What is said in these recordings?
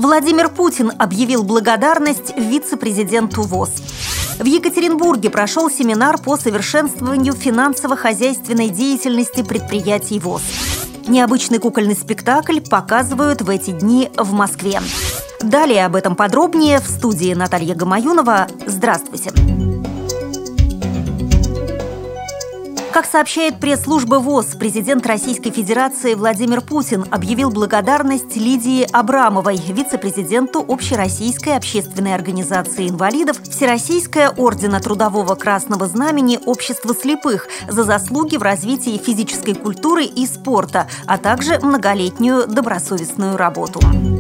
Владимир Путин объявил благодарность вице-президенту ВОС. В Екатеринбурге прошел семинар по совершенствованию финансово-хозяйственной деятельности предприятий ВОС. Необычный кукольный спектакль показывают в эти дни в Москве. Далее об этом подробнее в студии Наталья Гамаюнова. Здравствуйте! Как сообщает пресс-служба ВОС, президент Российской Федерации Владимир Путин объявил благодарность Лидии Абрамовой, вице-президенту Общероссийской общественной организации инвалидов, Всероссийское ордена Трудового Красного Знамени Общества слепых за заслуги в развитии физической культуры и спорта, а также многолетнюю добросовестную работу.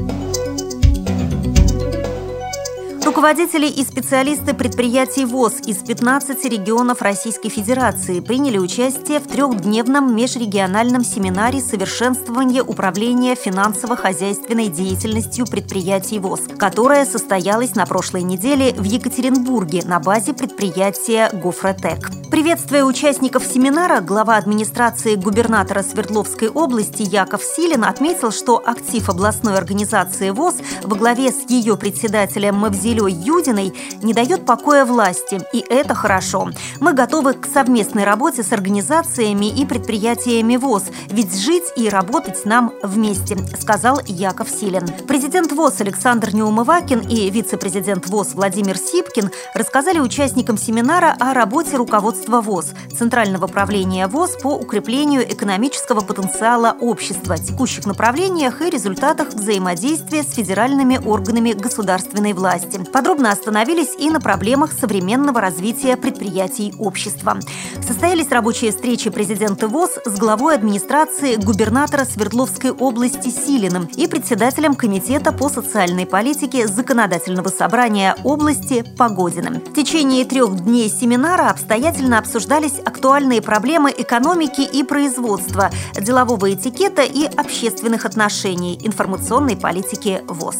Руководители и специалисты предприятий ВОС из 15 регионов Российской Федерации приняли участие в трехдневном межрегиональном семинаре совершенствования управления финансово-хозяйственной деятельностью предприятий ВОС, которое состоялось на прошлой неделе в Екатеринбурге на базе предприятия «Гофротек». Приветствуя участников семинара, глава администрации губернатора Свердловской области Яков Силин отметил, что актив областной организации ВОС во главе с ее председателем Мавзелей Юдиной не дает покоя власти, и это хорошо. Мы готовы к совместной работе с организациями и предприятиями ВОС, ведь жить и работать нам вместе, сказал Яков Силин. Президент ВОС Александр Неумывакин и вице-президент ВОС Владимир Сипкин рассказали участникам семинара о работе руководства ВОС, Центрального правления ВОС по укреплению экономического потенциала общества, текущих направлениях и результатах взаимодействия с федеральными органами государственной власти. Подробно остановились и на проблемах современного развития предприятий общества. Состоялись рабочие встречи президента ВОС с главой администрации губернатора Свердловской области Силиным и председателем комитета по социальной политике Законодательного собрания области Погодиным. В течение 3 дней семинара обстоятельно обсуждались актуальные проблемы экономики и производства, делового этикета и общественных отношений, информационной политики ВОС.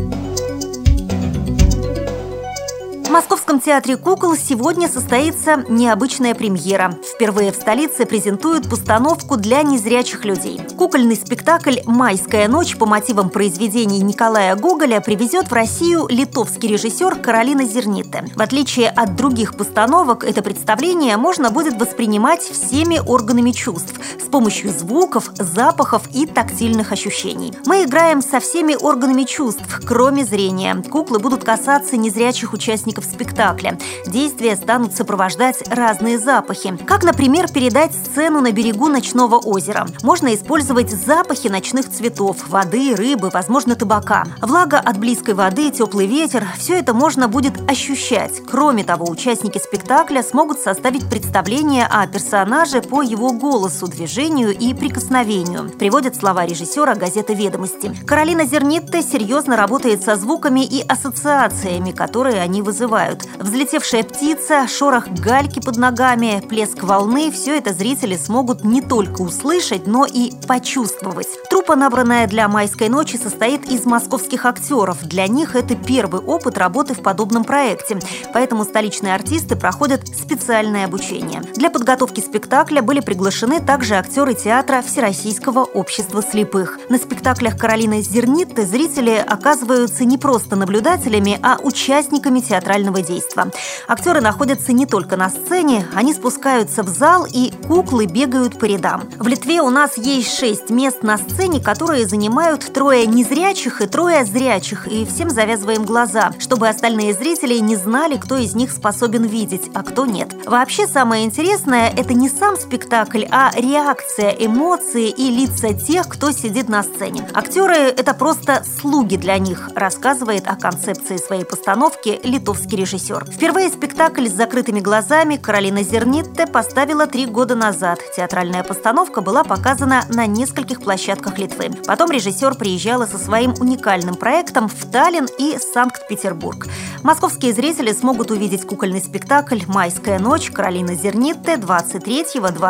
В Московском театре кукол сегодня состоится необычная премьера. Впервые в столице презентуют постановку для незрячих людей. Кукольный спектакль «Майская ночь» по мотивам произведений Николая Гоголя привезет в Россию литовский режиссер Каролина Зернитте. В отличие от других постановок, это представление можно будет воспринимать всеми органами чувств с помощью звуков, запахов и тактильных ощущений. Мы играем со всеми органами чувств, кроме зрения. Куклы будут касаться незрячих участников спектакля. Действия станут сопровождать разные запахи. Как, например, передать сцену на берегу ночного озера. Можно использовать запахи ночных цветов, воды, рыбы, возможно, табака. Влага от близкой воды, теплый ветер – все это можно будет ощущать. Кроме того, участники спектакля смогут составить представление о персонаже по его голосу, движению и прикосновению, приводят слова режиссера газеты «Ведомости». Каролина Зернитте серьезно работает со звуками и ассоциациями, которые они вызывают. Взлетевшая птица, шорох гальки под ногами, плеск волны – все это зрители смогут не только услышать, но и почувствовать. Труппа, набранная для «Майской ночи», состоит из московских актеров. Для них это первый опыт работы в подобном проекте, поэтому столичные артисты проходят специальное обучение. Для подготовки спектакля были приглашены также актеры театра Всероссийского общества слепых. На спектаклях Каролины Зернитте зрители оказываются не просто наблюдателями, а участниками театрального действа. Актеры находятся не только на сцене, они спускаются в зал, и куклы бегают по рядам. В Литве у нас есть 6 мест на сцене, которые занимают 3 незрячих и 3 зрячих, и всем завязываем глаза, чтобы остальные зрители не знали, кто из них способен видеть, а кто нет. Вообще, самое интересное – это не сам спектакль, а реакция, эмоции и лица тех, кто сидит на сцене. Актеры – это просто слуги для них, рассказывает о концепции своей постановки литовский режиссер. Впервые спектакль с закрытыми глазами Каролина Зернитте поставила 3 года назад. Театральная постановка была показана на нескольких площадках Литвы. Потом режиссер приезжала со своим уникальным проектом в Таллин и Санкт-Петербург. Московские зрители смогут увидеть кукольный спектакль «Майская ночь» Каролины Зернитте 23,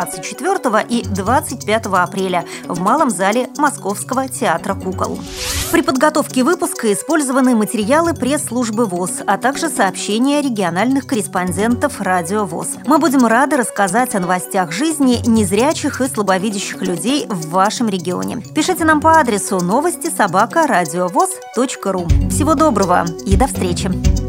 24 и 25 апреля в Малом зале Московского театра кукол. При подготовке выпуска использованы материалы пресс-службы ВОС, а также сообщения региональных корреспондентов радио ВОС. Мы будем рады рассказать о новостях жизни незрячих и слабовидящих людей в вашем регионе. Пишите нам по адресу новости@радиовоз.ру. Всего доброго и до встречи!